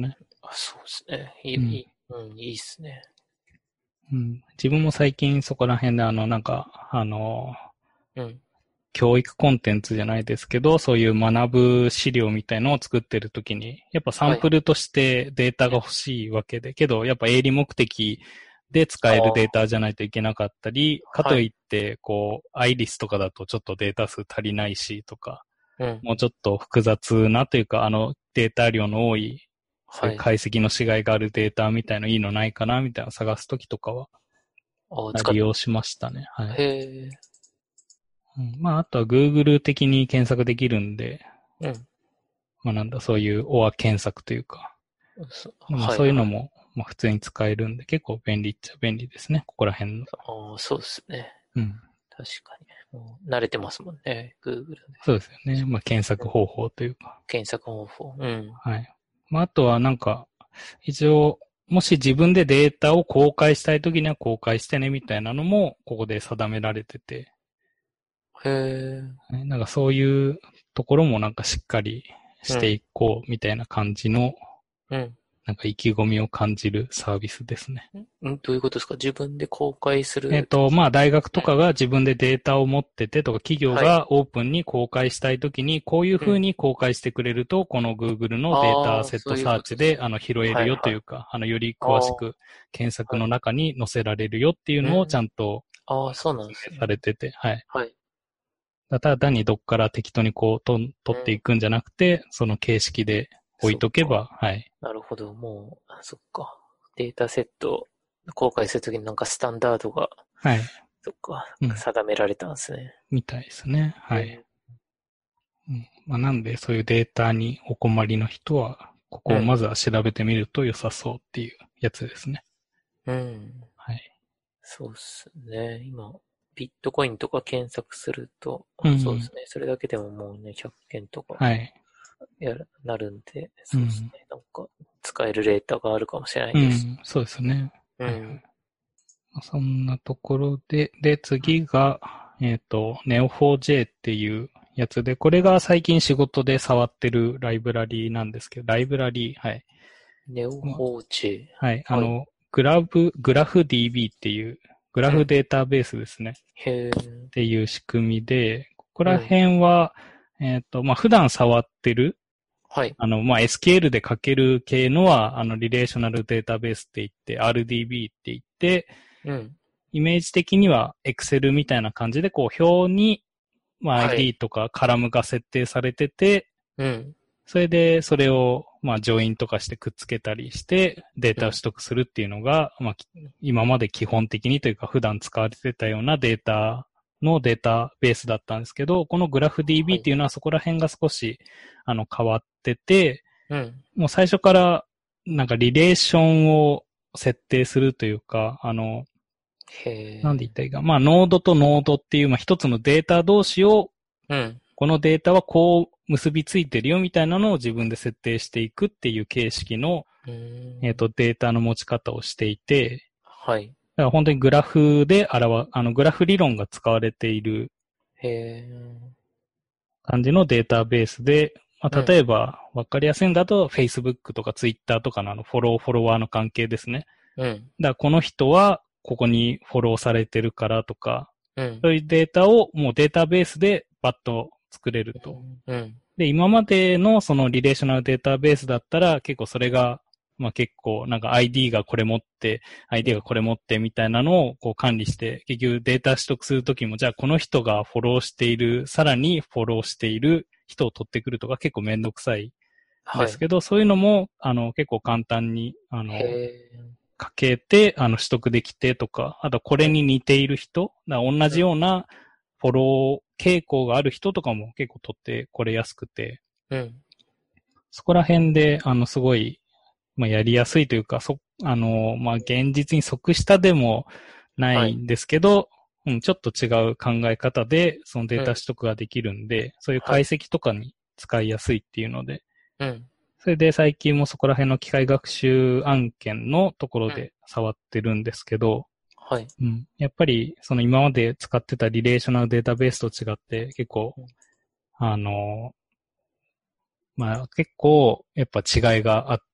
あ、そうですね。いい、 うん。 いい、うん、いいっすね。 うん、自分も最近そこら辺であの、なんか、あの、 うん。 教育コンテンツじゃないですけど、そういう学ぶ資料みたいのを作ってるときに、やっぱサはい。 ンプルとしてデータが欲しいわけで、けど、やっぱ営利目的で使あえるデーあ、 タじゃないといけなかったり、かはい。 といって、こう、アイリスとかだとちょっとデータ数足りないしとか、 うん。 もうちょっと複雑なというか、あのデータ量の多い、そういうはい。 解析のしがいがあるデータみたいのいいのないかなみたいなの探すときとかはああ、使っ、 利用しましたね。はい。 へえ、 うん、まあ、あとは Google 的に検索できるんで、 うん。 まあなんだ、そういうオア検索というか、 そまあはいはい。 そういうのも、まあ普通に使えるんで、結構便利っちゃ便利ですね、ここら辺の。 ああ、そうですね。 うん。 確かに。もう慣れてますもんね。Google で。 そうですよね。まあ検索うん。 方法というか。 検索方法。うん。 はい。まああとはなんか、一応、もし自分でデータを公開したいときには公開してねみたいなのも、ここで定められてて、 へえ、 ね、なんかそういうところもなんかしっかりうん。 していこうみたいな感じの、 うん。 なんか意気込みを感じるサービスですね。 んどういうことですか？自分で公開する。 えっと、まあ、大学うん。 とかが自分でデータを持っててとか、企業はい。 がオープンに公開したいときに、こういううん。 ふうに公開してくれると、この Google のデータああ、 セットそういうサーチで、 ことですね。 あの、拾えるよとはいはい。 いうか、あの、よりああ、 詳しく検索はい。 の中に載せられるよっていうのをちうん。 ゃんと、 ああ、 あの、 そうなん説明さですね。 れてて、はい。 はい。 ただ単にどっから適当にこう、と、取っていうん。 くんじゃなくて、その形式で置いそっか。 とけば、はい。 なるほど。もう、あそっか。データセット公開するときになんかスタンダードが、 はい。 そっか、 うん。 定められたんですね。 みたいですね。はい。 えうん、まあ、なんで、そういうデータにお困りの人は、こー、うん。 こをまずは調べてみると良さそうっていうやつですね。 うん。 はい。 そうっすね。今、ビットコインとか検索すると、 うん。 そうですね。それだけでももうね、ひゃっけんとかはい。 やる、なるんで、 うん。 そうですね。なんか、使えるデータがあるかもしれないです。 うん。そうですね。はいはい。 うん。 まあそんなところで、で、次が、えっと、ネオフォージェー っていうやつで、これが最近仕事で触ってるライブラリーなんですけど、ライブラリー、はい。 ネオまフォーチェ。 あはい。あはい。 の、グラフ、グラフ ディービー っていう、グラフうん。 データベースですね。 へえ。 っていう仕組みで、ここらうん。 辺は、えっと、まあ、普段触ってる、 はい。 あの、まあ、エスキューエル で書ける系のは、あの、リレーショナルデータベースって言って、アールディービー って言って、 うん。 イメージ的には Excel みたいな感じで、こう、表に、まあ、 はい。 アイディー とかカラムが設定されてて、 うん。 それで、それを、まあ、ジョインとかしてくっつけたりして、データをうん。 取得するっていうのが、まあ、今まで基本的にというか、普段使われてたようなデータのデータベースだったんですけど、このグラフ ディービーはい。 っていうのはそこら辺が少し、あの、変わってて、 うん。 もう最初から、なんかリレーションを設定するというか、あの、 へえ。 なんで言ったらいいか、まあ、ノードとノードっていう、まあ、一つのデータ同士を、 うん。 このデータはこう結びついてるよみたいなのを自分で設定していくっていう形式の、 うーえっと、 ん。 データの持ち方をしていて、 はい。 だから本当にグラフで表、あの、グラフ理論が使われているへえ。 感じのデータベースで、まあ、 うん。 例えば、わかりやすいんだと、Facebook とか Twitter とかのあの、フォロー、フォロワーの関係ですね。 うん。 だからこの人は、ここにフォローされてるからとか、 うん。 そういうデータをもうデータベースでバッと作れると。 うん。 で、今までのそのリレーショナルデータベースだったら、結構それが、まあ結構なんか アイディー がこれ持って、アイディー がこれ持ってみたいなのをこう管理して、結局データ取得するときも、じゃあこの人がフォローしている、さらにフォローしている人を取ってくるとか結構めんどくさいんではい。 すけど、そういうのも、あの、結構簡単に、あへの、 え。 かけて、あの、取得できてとか、あとこれうん。 に似ている人、だから同うん。 じようなフォロー傾向がある人とかも結構取ってこれやすくて、 うん。 そこら辺で、あの、すごい、まあ、やりやすいというか、そ、あの、まあ、現実に即したでもなはい。 いんですけど、うん、ちょっと違う考え方で、そのデータうん。 取得ができるんで、そういうはい。 解析とかに使いやすいっていうので、 うん。 それで最近もそこら辺の機械学習案件のところうん。 で触ってるんですけど、 はい。 うん、やっぱり、その今まで使ってたリレーショナルデータベースと違って、結構、 うん。 あの、まあ、結構、やっぱ違いがあって、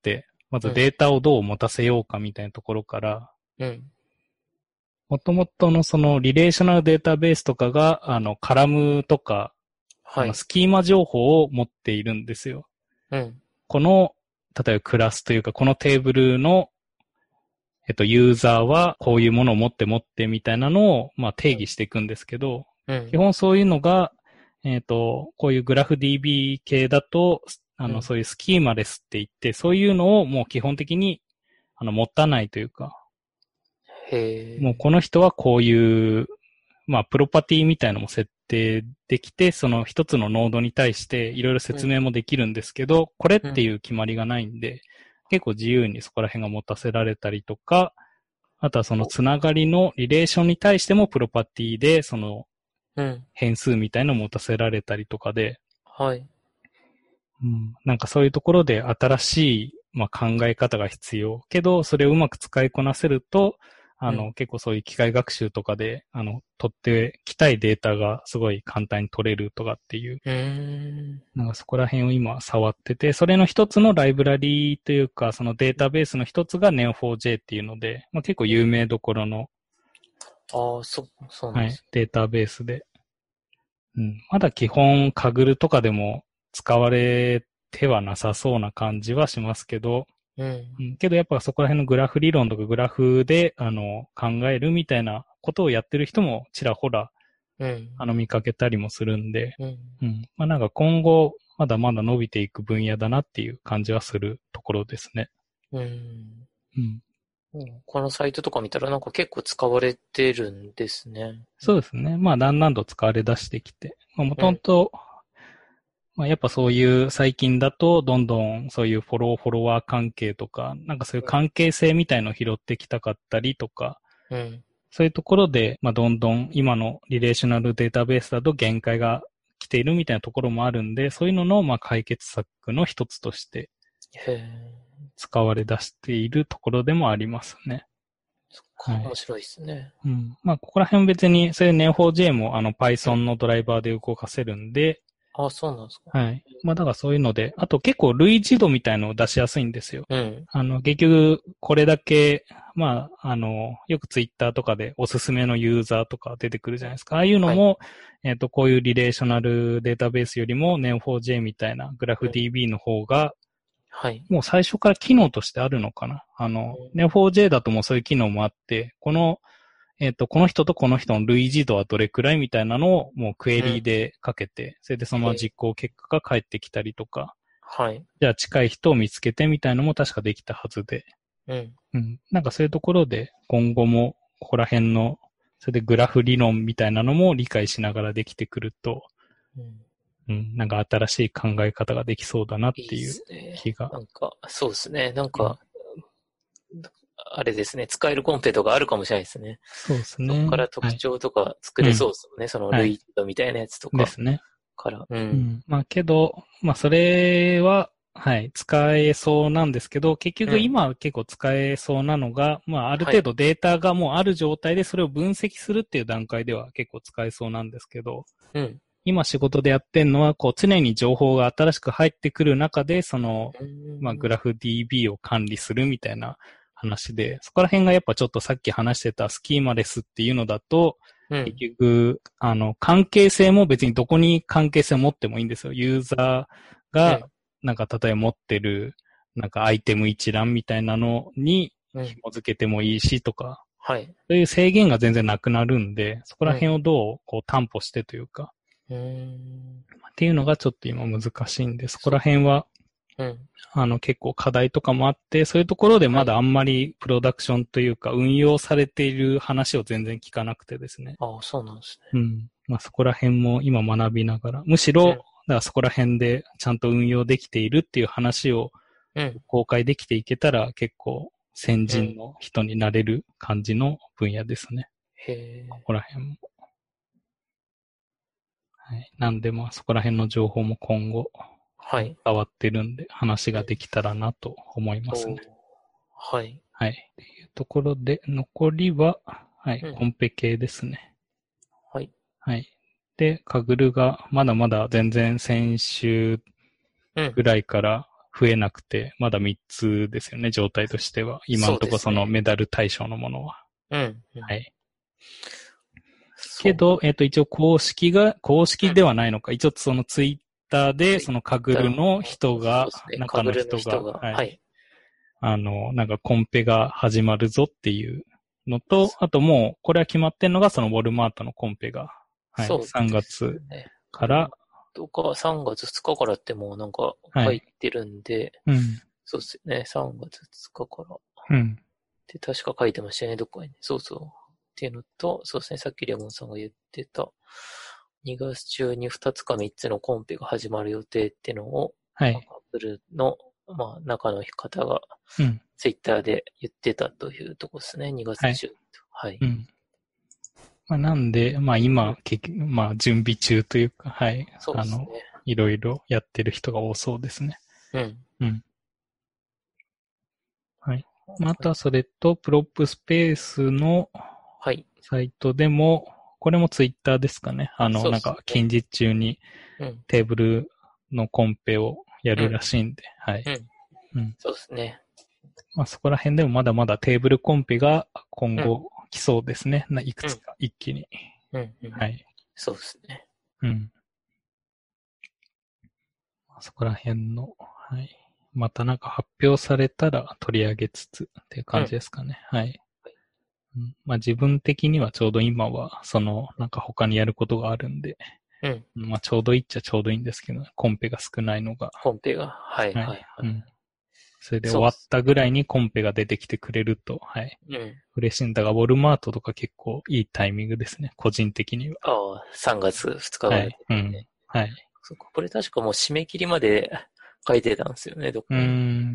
まずデータをどう持たせようかみたいなところから、 うん。 もともとのそのリレーショナルデータベースとかが、あの、カラムとか、あの、 はい。 スキーマ情報を持っているんですよ。 うん。 この、例えばクラスというか、このテーブルの、えっと、ユーザーはこういうものを持って持ってみたいなのを、まあ、定義していくんですけど、 うん。 基本そういうのが、えっと、こういうグラフ ディービー 系だと、あの、 うん。 そういうスキーマレスって言って、そういうのをもう基本的に、あの、持たないというか、 へえ。 もうこの人はこういう、まあ、プロパティみたいなのも設定できて、その一つのノードに対していろいろ説明もできるんですけど、これっていう決まりがないんで、結構自由にそこら辺が持たせられたりとか、あとはそのつながりのリレーションに対してもプロパティで、そのうん。 変数みたいなのを持たせられたりとかで、 はい。 うん、なんかそういうところで新しい、まあ、考え方が必要。けど、それをうまく使いこなせると、あの、 うん。 結構そういう機械学習とかで、あの、取ってきたいデータがすごい簡単に取れるとかっていう、 うーん。 なんかそこら辺を今触ってて、それの一つのライブラリーというか、そのデータベースの一つが ネオフォージェー っていうので、まあ、結構有名どころの、 ああ、そ、そうなんはい、 です。 データベースで。うん。まだ基本、カグルとかでも使われてはなさそうな感じはしますけど、 うん。 うん、けどやっぱそこら辺のグラフ理論とかグラフで、あの、考えるみたいなことをやってる人もちらほら、 うん。 あの、見かけたりもするんで、 うん。 うん。まあなんか今後、まだまだ伸びていく分野だなっていう感じはするところですね。 うん。 うん。 うん、このサイトとか見たらなんか結構使われてるんですね。 そうですね。まあだんだんと使われ出してきて、まあもうん。 ともと、まあやっぱそういう最近だとどんどんそういうフォローフォロワー関係とか、なんかそういう関係性みたいのを拾ってきたかったりとか、 うん。 そういうところで、まあ、どんどん今のリレーショナルデータベースだと限界が来ているみたいなところもあるんで、そういうのの、まあ、解決策の一つとしてへえ。 使われ出しているところでもありますね。 そっか、 はい。 面白いですね。 うん。まあ、ここら辺別に、そういう ネオフォージェー もあの Python のドライバーで動かせるんで、 ああ、そうなんですか。 はい。まあ、だからそういうので、あと結構類似度みたいのを出しやすいんですよ。 うん。 あの、結局、これだけ、まあ、あの、よくツイッターとかでおすすめのユーザーとか出てくるじゃないですか。ああいうのはい。 も、えっと、こういうリレーショナルデータベースよりも ネオフォージェー みたいなグラフ ディービー の方が、 はい。 もう最初から機能としてあるのかな。あの、ネオフォージェー だともうそういう機能もあって、この、えっと、この人とこの人の類似度はどれくらいみたいなのをもうクエリでかけて、それでそのまま実行結果が返ってきたりとか、 はい。 じゃあ近い人を見つけてみたいのも確かできたはずで、 うん。 うん。なんかそういうところで今後もここら辺の、それでグラフ理論みたいなのも理解しながらできてくると、 うん。 うん、なんか新しい考え方ができそうだなっいいっていうすね。 気が。 なんか、そうですね。なんうん、 か、あれですね。使えるコンペとかあるかもしれないですね。 そうですそこかね。 ら特はい。 徴とか作れうん。 そうですもんね。そのはい。 類似度みたいなやつとかですね。 から。うん。 うん。まあけど、まあそれは、はい、使えそうなんですけど、結局うん。 今結構使えそうなのが、まああるはい。 程度データがもうある状態でそれを分析するっていう段階では結構使えそうなんですけど、 うん。 今仕事でやってるのは、こう常に情報が新しく入ってくる中で、その、 うまあグん。 ラフ ディービー を管理するみたいな話で、そこら辺がやっぱちょっとさっき話してたスキーマレスっていうのだと、結うん。 局、あの、関係性も別にどこに関係性を持ってもいいんですよ。ユーザーが、 うん。 なんか例えば持ってる、なんかアイテム一覧みたいなのにうん。 紐付けてもいいしとか、 はい。 そういう制限が全然なくなるんで、そこらうん。 辺をどうこう担保してというか、 うん。 っていうのがちょっと今難しいんで、そこそう。 ら辺は、 うん。 あの結構課題とかもあって、そういうところではい。 まだあんまりプロダクションというか運用されている話を全然聞かなくてですね。 ああ、そうなんですうん。まあそこら辺も今学びながら、むしろ、だね。 からそこら辺でちゃんと運用できているっていう話をうん。うん。 公開できていけたら結構先うん。 人の人になれる感じの分野ですね。 へえ。 ここら辺も。はい。なんでまあそこら辺の情報も今後、 はい。 伝わってるんで話うん。 ができたらなと思いますね。 おー。はい。 はい。っていうところで、残りは、はい、 うん。 コンペ系ですね。 はい。 はい。で、カグルがまだまだ全然先週うん。 ぐらいから増えなくて、まだみっつですよね、状態としては。今のところそのメダル対象のものは。 うん、うん。 はい。けど、えっと、一応公式が、公式ではないのか、うん、一応そのツイッターで、そのカグルの人が、ね、中の人が、 がはい、 はい。 あの、なんかコンペが始まるぞっていうのと、あともう、これは決まってんのが、そのウォルマートのコンペが、はい、そうですね、さんがつから、 とかさんがつふつかからってもうなんか入ってるんで、 はい、うん、 そうですね、さんがつふつかから。 うん。 で、確か書いてましたよね、どこかに。そうそう。っていうのと、そうですね、さっきレモンさんが言ってた、にがつ中にふたつかみっつのコンペが始まる予定っていうのを、 はい。 カップルの、まあ、中の方が、 うん、 ツイッターで言ってたというとこですね、にがつ中。はい。はい、 うん。まあ、なんで、まあ今、結局、まあ準備中というか、はい。 そうですね。 あの、いろいろやってる人が多そうですね。 うん。 うん。はい。またそれと、プロップスペースのサイトでも、はい、これもツイッターですかね。あの、ね、なんか近日中にテーブルのコンペをやるらしいんで、うん、はい、 うん。うん。そうですね。 まあそこら辺でもまだまだテーブルコンペが今後来そうですね。うん、いくつか一気に。 うん。うん、 はい。 そうですね。 うん。そこら辺の、はい。またなんか発表されたら取り上げつつっていう感じですかね。うん、はい。うん、まあ自分的にはちょうど今は、その、なんか他にやることがあるんで、うん。まあちょうどいいっちゃちょうどいいんですけど、コンペが少ないのが。 コンペが、はい、はい、はい。うん。 それで終わったぐらいにコンペが出てきてくれると、はい。うん。嬉しいんだが、ウォルマートとか結構いいタイミングですね、個人的には。 ああ、さんがつふつかから、ね。 はい。うん。はい。 そっか、これ確かもう締め切りまで書いてたんですよね、どっかに。 うん、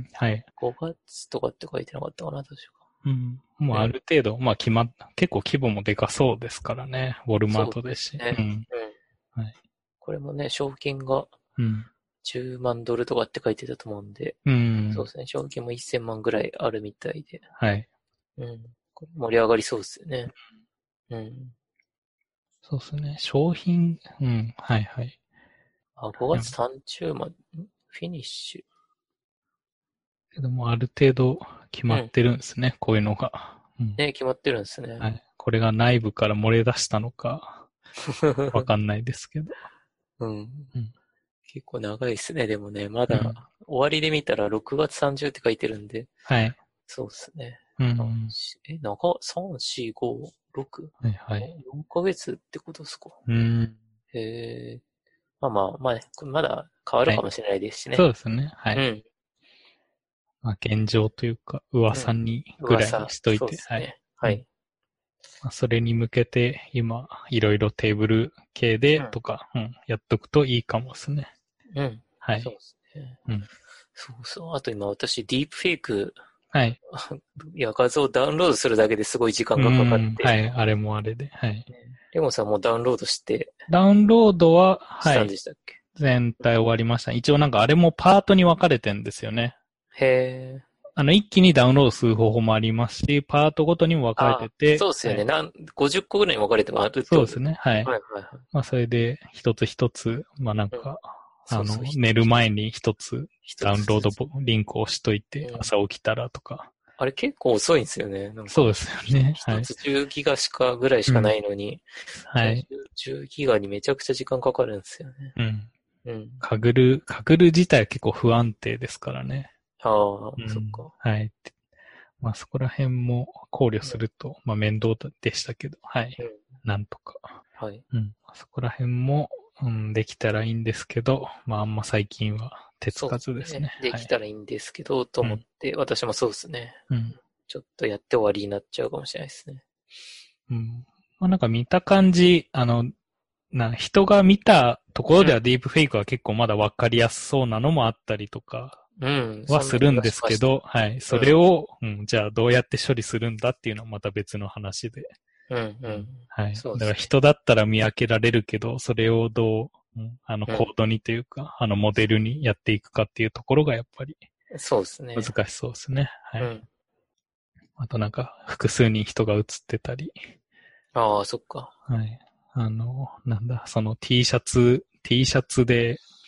はい。 ごがつとかって書いてなかったかな、確か。 うん。もうある程度、うん、まあ決まっ、結構規模もでかそうですからね、ウォルマートですし。 ね、うん。うん。はい。これもね、賞金が、じゅうまんドルとかって書いてたと思うんで、うん。そうですね、賞金もせんまんぐらいあるみたいで。 はい。 うん。これ盛り上がりそうですよね。うん。 そうですね。商品、うん、はいはい。 あ、ごがつさんじゅうまで、フィニッシュ。 けども、ある程度決まってるんですね、うん、こういうのが。 うん、ね、決まってるんですね。 はい。これが内部から漏れ出したのか、わかんないですけど。 うん。うん、結構長いですね、でもね、まだ、うん、終わりで見たらろくがつさんじゅうって書いてるんで。 はい。 そうですね。 うん。 え、なんか、さん、よん、ご、ろく? はいはい。 よんかげつってことですか？ うん。 へえ。まあまあ、まあ、まだ変わるかもしれないですしね。 はい、そうですね。はい。 うん。 まあ、現状というか、噂にぐらいにしといて、 うん、そうですね。 はい。 はい。 まあ、それに向けて、今、いろいろテーブル系でとか、うん、うん、やっとくといいかもですね。 うん。はい。そうですね。うん。そうそう。あと今私、ディープフェイク。 はい。 いや、画像をダウンロードするだけですごい時間がかかって。 はい。あれもあれで。はい。 レモンさんもダウンロードして。 ダウンロードは、はい。 したんでしたっけ？ 全体終わりました。一応なんかあれもパートに分かれてんですよね。 へー。 あの、一気にダウンロードする方法もありますし、パートごとにも分かれてて。 そうですよね。はい、なん、ごじゅっこぐらいに分かれてもあるってそうですね。はい。 はいはいはい。 まあ、それで、一つ一つ、まあなんか、うん、あの、そうそう寝る前に一つ、ダウンロードリンクを押しといて、朝起きたらとか。 あれ結構遅いんですよね。なんかそうですよね。 はい。一つじゅうギガしか、ぐらいしかないのに、 うん、はい。 じゅうギガにめちゃくちゃ時間かかるんですよね。 うん。うん。かぐる、かぐる自体は結構不安定ですからね。 ああ、うん、そっか。 はい。まあそこら辺も考慮すると、うん、まあ面倒でしたけど、はい。うん、なんとか。はい。うん。そこら辺も、うん、できたらいいんですけど、まああんま最近は手つかずですね。 できたらいいんですけど、はい、と思って、うん、私もそうですね。うん。ちょっとやって終わりになっちゃうかもしれないですね。 うん。まあなんか見た感じ、あの、な、人が見たところではディープフェイクは結構まだわかりやすそうなのもあったりとか、はするんですけど、はい。それを、うん、じゃあどうやって処理するんだっていうのはまた別の話で。 うんうん。 はい。だから人だったら見分けられるけど、それをどう、うん、あのコードにというか、あのモデルにやっていくかっていうところがやっぱり、 そうですね。 難しそうですね。はい。うん、あとなんか複数人人が映ってたり。 ああ、そっか。 はい。あの、なんだ、その T シャツ、T シャツで、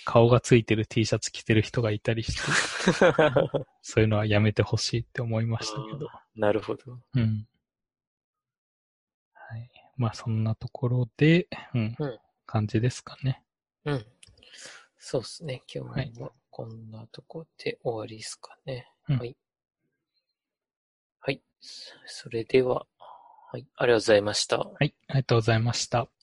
顔がついてる T シャツ着てる人がいたりして、そういうのはやめてほしいって思いましたけど。 なるほど。 うん。はい。まあそんなところで、うん。 うん。 感じですかね。 うん。そうですね。今はい。 日はこんなとこで終わりですかね。 うんはい。はい。それでは、はい。ありがとうございました。 はい。ありがとうございました。